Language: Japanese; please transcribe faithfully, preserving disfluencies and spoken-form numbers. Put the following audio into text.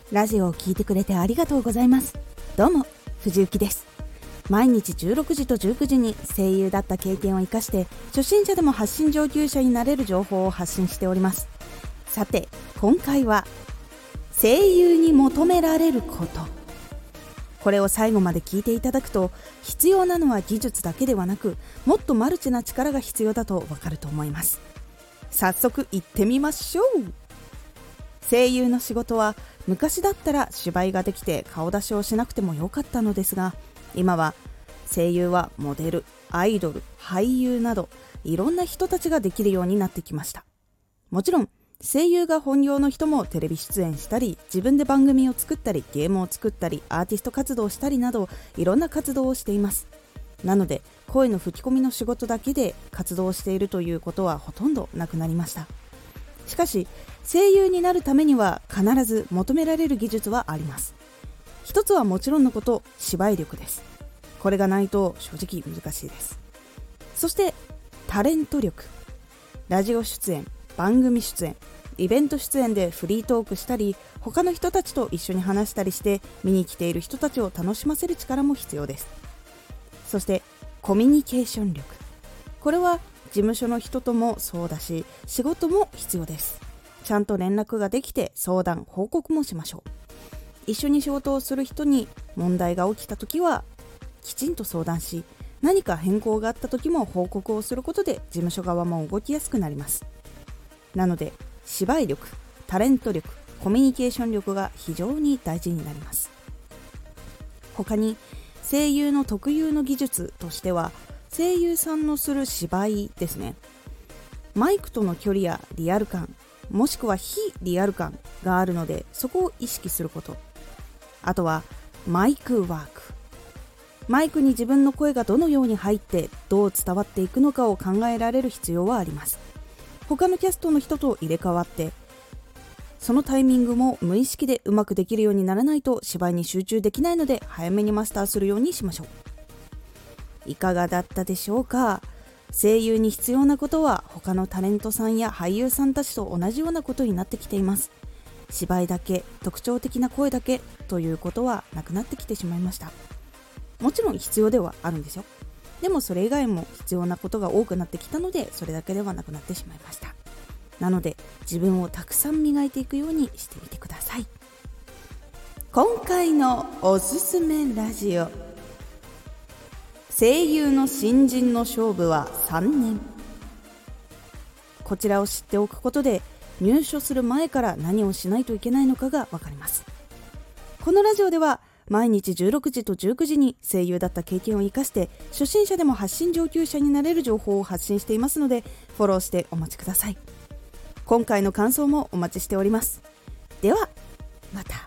ラジオを聞いてくれてありがとうございます。どうも藤幸です。毎日じゅうろくじとじゅうくじに声優だった経験を生かして初心者でも発信上級者になれる情報を発信しております。さて今回は声優に求められること、これを最後まで聞いていただくと、必要なのは技術だけではなくもっとマルチな力が必要だとわかると思います。早速行ってみましょう。声優の仕事は昔だったら芝居ができて顔出しをしなくてもよかったのですが、今は声優はモデル、アイドル、俳優などいろんな人たちができるようになってきました。もちろん声優が本業の人もテレビ出演したり、自分で番組を作ったり、ゲームを作ったり、アーティスト活動したりなどいろんな活動をしています。なので声の吹き込みの仕事だけで活動しているということはほとんどなくなりました。しかし声優になるためには必ず求められる技術はあります。一つはもちろんのこと芝居力です。これがないと正直難しいです。そしてタレント力、ラジオ出演、番組出演、イベント出演でフリートークしたり、他の人たちと一緒に話したりして見に来ている人たちを楽しませる力も必要です。そしてコミュニケーション力、これは事務所の人ともそうだし仕事も必要です。ちゃんと連絡ができて相談報告もしましょう。一緒に仕事をする人に問題が起きた時はきちんと相談し、何か変更があった時も報告をすることで事務所側も動きやすくなります。なので芝居力、タレント力、コミュニケーション力が非常に大事になります。他に声優の特有の技術としては、声優さんのする芝居ですね。マイクとの距離やリアル感、もしくは非リアル感があるので、そこを意識すること。あとはマイクワーク、マイクに自分の声がどのように入ってどう伝わっていくのかを考えられる必要はあります。他のキャストの人と入れ替わって、そのタイミングも無意識でうまくできるようにならないと芝居に集中できないので、早めにマスターするようにしましょう。いかがだったでしょうか。声優に必要なことは他のタレントさんや俳優さんたちと同じようなことになってきています。芝居だけ、特徴的な声だけということはなくなってきてしまいました。もちろん必要ではあるんですよ。でもそれ以外も必要なことが多くなってきたので、それだけではなくなってしまいました。なので自分をたくさん磨いていくようにしてみてください。今回のおすすめラジオ、声優の新人の勝負はさんねん。こちらを知っておくことで入所する前から何をしないといけないのかがわかります。このラジオでは毎日じゅうろくじとじゅうくじに声優だった経験を生かして初心者でも発信上級者になれる情報を発信していますので、フォローしてお待ちください。今回の感想もお待ちしております。ではまた。